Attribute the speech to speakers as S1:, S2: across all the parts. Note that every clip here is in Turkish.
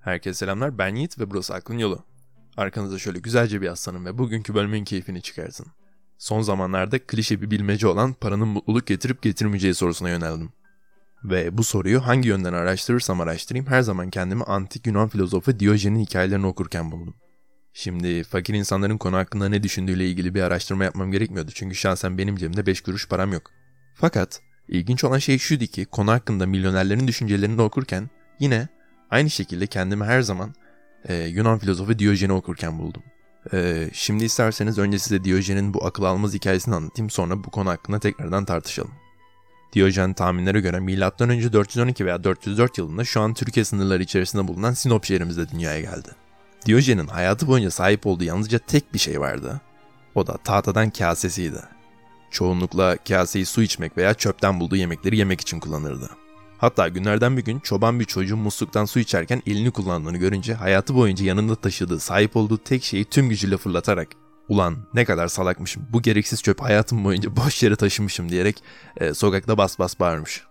S1: Herkese selamlar, ben Yiğit ve burası Aklın Yolu. Arkanıza şöyle güzelce bir yaslanın ve bugünkü bölümün keyfini çıkartın. Son zamanlarda klişe bir bilmece olan paranın mutluluk getirip getirmeyeceği sorusuna yöneldim. Ve bu soruyu hangi yönden araştırırsam araştırayım her zaman kendimi antik Yunan filozofu Diyojen'in hikayelerini okurken buldum. Şimdi fakir insanların konu hakkında ne düşündüğüyle ilgili bir araştırma yapmam gerekmiyordu çünkü şahsen benim cebimde 5 kuruş param yok. Fakat ilginç olan şey şuydu ki konu hakkında milyonerlerin düşüncelerini de okurken yine aynı şekilde kendimi her zaman Yunan filozofu Diyojen'i okurken buldum. Şimdi isterseniz önce size Diyojen'in bu akıl almaz hikayesini anlatayım, sonra bu konu hakkında tekrardan tartışalım. Diyojen tahminlere göre M.Ö. 412 veya 404 yılında şu an Türkiye sınırları içerisinde bulunan Sinop şehrimizde dünyaya geldi. Diyojen'in hayatı boyunca sahip olduğu yalnızca tek bir şey vardı. O da tahtadan kasesiydi. Çoğunlukla kaseyi su içmek veya çöpten bulduğu yemekleri yemek için kullanırdı. Hatta günlerden bir gün çoban bir çocuğun musluktan su içerken elini kullandığını görünce hayatı boyunca yanında taşıdığı, sahip olduğu tek şeyi tüm gücüyle fırlatarak "Ulan ne kadar salakmışım, bu gereksiz çöp hayatım boyunca boş yere taşımışım" diyerek sokakta bas bas bağırmış.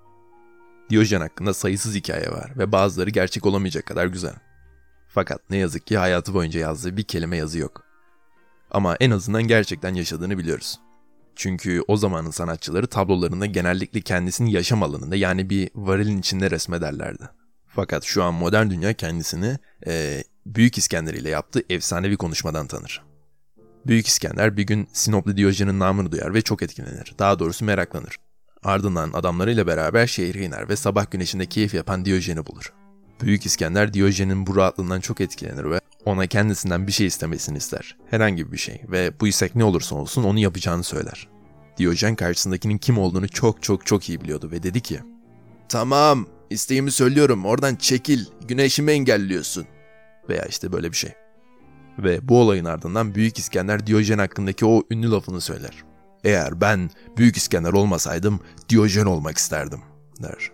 S1: Diyojen hakkında sayısız hikaye var ve bazıları gerçek olamayacak kadar güzel. Fakat ne yazık ki hayatı boyunca yazdığı bir kelime yazı yok. Ama en azından gerçekten yaşadığını biliyoruz. Çünkü o zamanın sanatçıları tablolarında genellikle kendisini yaşam alanında, yani bir varilin içinde resmederlerdi. Fakat şu an modern dünya kendisini Büyük İskender ile yaptığı efsanevi konuşmadan tanır. Büyük İskender bir gün Sinoplu Diyojen'in namını duyar ve çok etkilenir. Daha doğrusu meraklanır. Ardından adamlarıyla beraber şehre iner ve sabah güneşinde keyif yapan Diyojen'i bulur. Büyük İskender Diyojen'in bu rahatlığından çok etkilenir ve ona kendisinden bir şey istemesini ister. Herhangi bir şey ve bu istek ne olursa olsun onu yapacağını söyler. Diyojen karşısındakinin kim olduğunu çok iyi biliyordu ve dedi ki "Tamam, isteğimi söylüyorum, oradan çekil, güneşimi engelliyorsun." Veya işte böyle bir şey. Ve bu olayın ardından Büyük İskender Diyojen hakkındaki o ünlü lafını söyler. "Eğer ben Büyük İskender olmasaydım Diyojen olmak isterdim," der.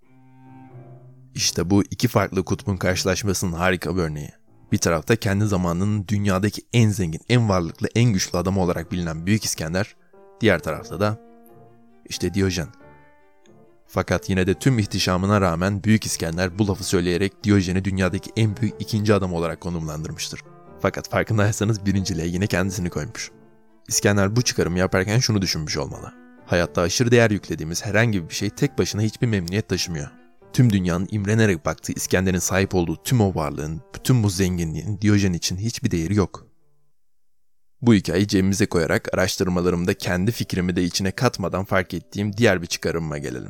S1: İşte bu iki farklı kutbun karşılaşmasının harika bir örneği. Bir tarafta kendi zamanının dünyadaki en zengin, en varlıklı, en güçlü adamı olarak bilinen Büyük İskender, diğer tarafta da işte Diyojen. Fakat yine de tüm ihtişamına rağmen Büyük İskender bu lafı söyleyerek Diyojen'i dünyadaki en büyük ikinci adam olarak konumlandırmıştır. Fakat farkındaysanız birinciliğe yine kendisini koymuş. İskender bu çıkarımı yaparken şunu düşünmüş olmalı. Hayatta aşırı değer yüklediğimiz herhangi bir şey tek başına hiçbir memnuniyet taşımıyor. Tüm dünyanın imrenerek baktığı İskender'in sahip olduğu tüm o varlığın, bütün bu zenginliğin Diyojen için hiçbir değeri yok. Bu hikayeyi cebimize koyarak araştırmalarımda kendi fikrimi de içine katmadan fark ettiğim diğer bir çıkarımıma gelelim.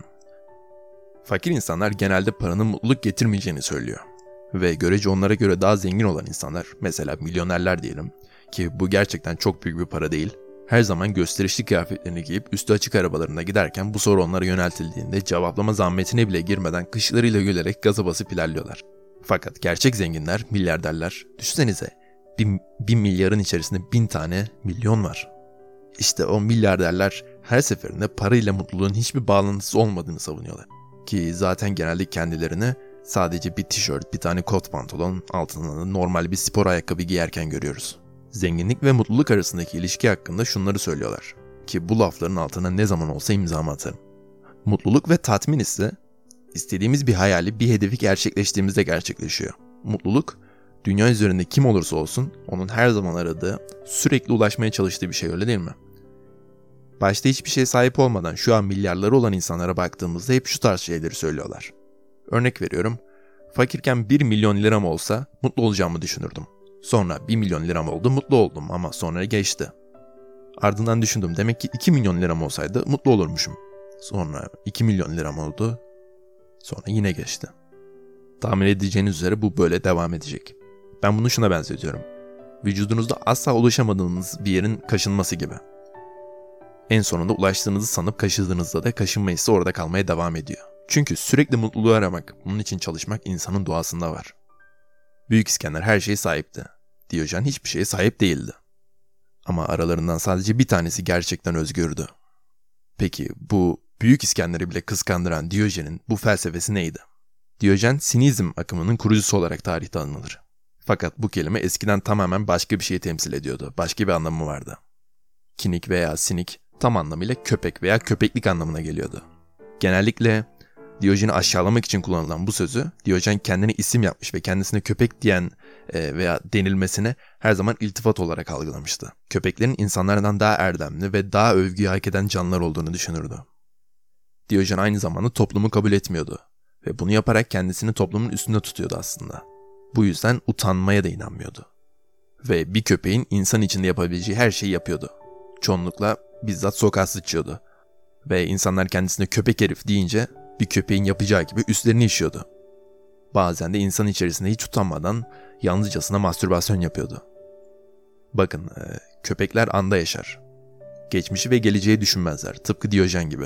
S1: Fakir insanlar genelde paranın mutluluk getirmeyeceğini söylüyor. Ve görece onlara göre daha zengin olan insanlar, mesela milyonerler diyelim, ki bu gerçekten çok büyük bir para değil, her zaman gösterişli kıyafetlerini giyip üstü açık arabalarına giderken bu soru onlara yöneltildiğinde cevaplama zahmetine bile girmeden kışlarıyla gülerek gaza basıp ilerliyorlar. Fakat gerçek zenginler, milyarderler, düşünsenize bir milyarın içerisinde 1000 tane milyon var. İşte o milyarderler her seferinde parayla mutluluğun hiçbir bağlantısı olmadığını savunuyorlar. Ki zaten genelde kendilerini sadece bir tişört, bir tane kot pantolon, altına da normal bir spor ayakkabı giyerken görüyoruz. Zenginlik ve mutluluk arasındaki ilişki hakkında şunları söylüyorlar. Ki bu lafların altına ne zaman olsa imzamı atarım. Mutluluk ve tatmin ise istediğimiz bir hayali, bir hedefi gerçekleştiğimizde gerçekleşiyor. Mutluluk, dünya üzerinde kim olursa olsun onun her zaman aradığı, sürekli ulaşmaya çalıştığı bir şey, öyle değil mi? Başta hiçbir şeye sahip olmadan şu an milyarları olan insanlara baktığımızda hep şu tarz şeyleri söylüyorlar. Örnek veriyorum, fakirken 1 milyon liram olsa mutlu olacağımı düşünürdüm. Sonra 1 milyon liram oldu, mutlu oldum ama sonra geçti. Ardından düşündüm, demek ki 2 milyon liram olsaydı mutlu olurmuşum. Sonra 2 milyon liram oldu, sonra yine geçti. Tahmin edeceğiniz üzere bu böyle devam edecek. Ben bunu şuna benzetiyorum. Vücudunuzda asla ulaşamadığınız bir yerin kaşınması gibi. En sonunda ulaştığınızı sanıp kaşıdığınızda da kaşınma hissi orada kalmaya devam ediyor. Çünkü sürekli mutluluğu aramak, bunun için çalışmak insanın doğasında var. Büyük İskender her şeye sahipti. Diyojen hiçbir şeye sahip değildi. Ama aralarından sadece bir tanesi gerçekten özgürdü. Peki bu Büyük İskender'i bile kıskandıran Diyojen'in bu felsefesi neydi? Diyojen, Sinizm akımının kurucusu olarak tarihte anılır. Fakat bu kelime eskiden tamamen başka bir şeyi temsil ediyordu. Başka bir anlamı vardı. Kinik veya sinik tam anlamıyla köpek veya köpeklik anlamına geliyordu. Genellikle Diyojen'i aşağılamak için kullanılan bu sözü Diyojen kendine isim yapmış ve kendisine köpek diyen veya denilmesine her zaman iltifat olarak algılamıştı. Köpeklerin insanlardan daha erdemli ve daha övgüyü hak eden canlılar olduğunu düşünürdü. Diyojen aynı zamanda toplumu kabul etmiyordu ve bunu yaparak kendisini toplumun üstünde tutuyordu aslında. Bu yüzden utanmaya da inanmıyordu. Ve bir köpeğin insan içinde yapabileceği her şeyi yapıyordu. Çoğunlukla bizzat sokağa sıçıyordu. Ve insanlar kendisine köpek herif deyince bir köpeğin yapacağı gibi üstlerini işiyordu. Bazen de insan içerisinde hiç utanmadan yalnızcasına mastürbasyon yapıyordu. Bakın, köpekler anda yaşar. Geçmişi ve geleceği düşünmezler, tıpkı Diyojen gibi.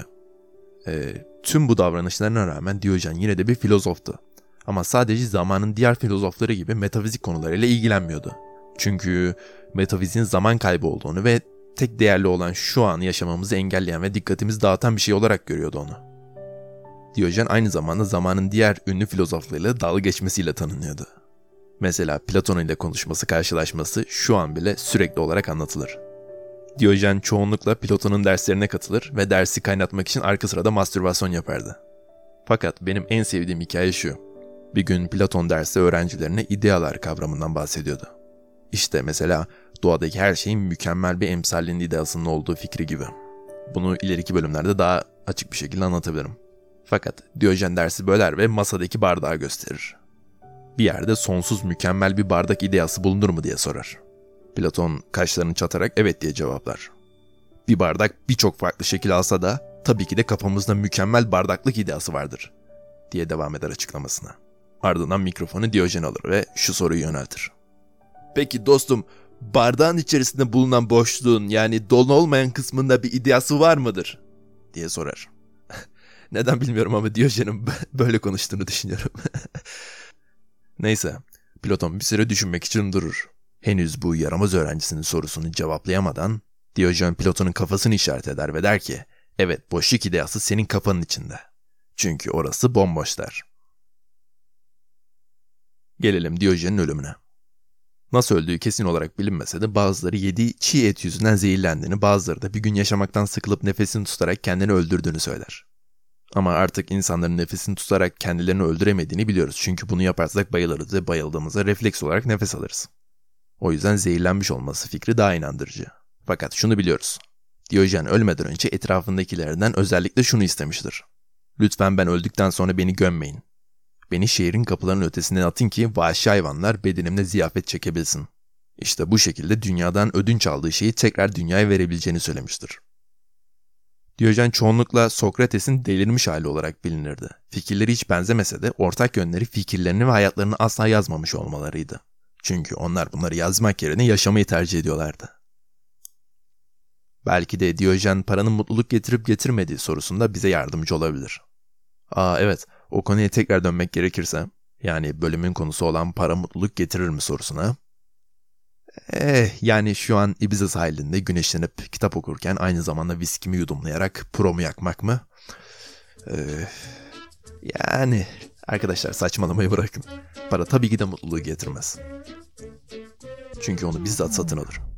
S1: Tüm bu davranışlarına rağmen Diyojen yine de bir filozoftu. Ama sadece zamanın diğer filozofları gibi metafizik konularıyla ilgilenmiyordu. Çünkü metafizin zaman kaybı olduğunu ve tek değerli olan şu anı yaşamamızı engelleyen ve dikkatimizi dağıtan bir şey olarak görüyordu onu. Diyojen aynı zamanda zamanın diğer ünlü filozoflarıyla dalga geçmesiyle tanınıyordu. Mesela Platon ile konuşması, karşılaşması şu an bile sürekli olarak anlatılır. Diyojen çoğunlukla Platon'un derslerine katılır ve dersi kaynatmak için arka sırada mastürbasyon yapardı. Fakat benim en sevdiğim hikaye şu. Bir gün Platon derste öğrencilerine idealar kavramından bahsediyordu. İşte mesela doğadaki her şeyin mükemmel bir emsalinin ideasının olduğu fikri gibi. Bunu ileriki bölümlerde daha açık bir şekilde anlatabilirim. Fakat Diyojen dersi böler ve masadaki bardağı gösterir. Bir yerde sonsuz mükemmel bir bardak ideası bulunur mu diye sorar. Platon kaşlarını çatarak evet diye cevaplar. Bir bardak birçok farklı şekil alsa da tabii ki de kafamızda mükemmel bardaklık ideası vardır diye devam eder açıklamasına. Ardından mikrofonu Diyojen'e alır ve şu soruyu yöneltir. Peki dostum, bardağın içerisinde bulunan boşluğun yani dolu olmayan kısmında bir ideası var mıdır? Diye sorar. Neden bilmiyorum ama Diyojen'in böyle konuştuğunu düşünüyorum. Neyse, Platon bir süre düşünmek için durur. Henüz bu yaramaz öğrencisinin sorusunu cevaplayamadan Diyojen Platon'un kafasını işaret eder ve der ki, evet, boşluk ideası senin kafanın içinde. Çünkü orası bomboş der. Gelelim Diyojen'in ölümüne. Nasıl öldüğü kesin olarak bilinmese de bazıları yediği çiğ et yüzünden zehirlendiğini, bazıları da bir gün yaşamaktan sıkılıp nefesini tutarak kendini öldürdüğünü söyler. Ama artık insanların nefesini tutarak kendilerini öldüremediğini biliyoruz. Çünkü bunu yaparsak bayılırız ve bayıldığımızda refleks olarak nefes alırız. O yüzden zehirlenmiş olması fikri daha inandırıcı. Fakat şunu biliyoruz. Diyojen ölmeden önce etrafındakilerden özellikle şunu istemiştir. Lütfen ben öldükten sonra beni gömmeyin. Beni şehrin kapılarının ötesinden atın ki vahşi hayvanlar bedenimde ziyafet çekebilsin. İşte bu şekilde dünyadan ödünç aldığı şeyi tekrar dünyaya verebileceğini söylemiştir. Diyojen çoğunlukla Sokrates'in delirmiş hali olarak bilinirdi. Fikirleri hiç benzemese de ortak yönleri fikirlerini ve hayatlarını asla yazmamış olmalarıydı. Çünkü onlar bunları yazmak yerine yaşamayı tercih ediyorlardı. Belki de Diyojen paranın mutluluk getirip getirmediği sorusunda bize yardımcı olabilir. Evet, o konuya tekrar dönmek gerekirse, yani bölümün konusu olan para mutluluk getirir mi sorusuna. Yani şu an Ibiza sahilinde güneşlenip kitap okurken aynı zamanda viskimi yudumlayarak promu yakmak mı? Yani arkadaşlar saçmalamayı bırakın. Para tabii ki de mutluluğu getirmez. Çünkü onu bizzat satın alır.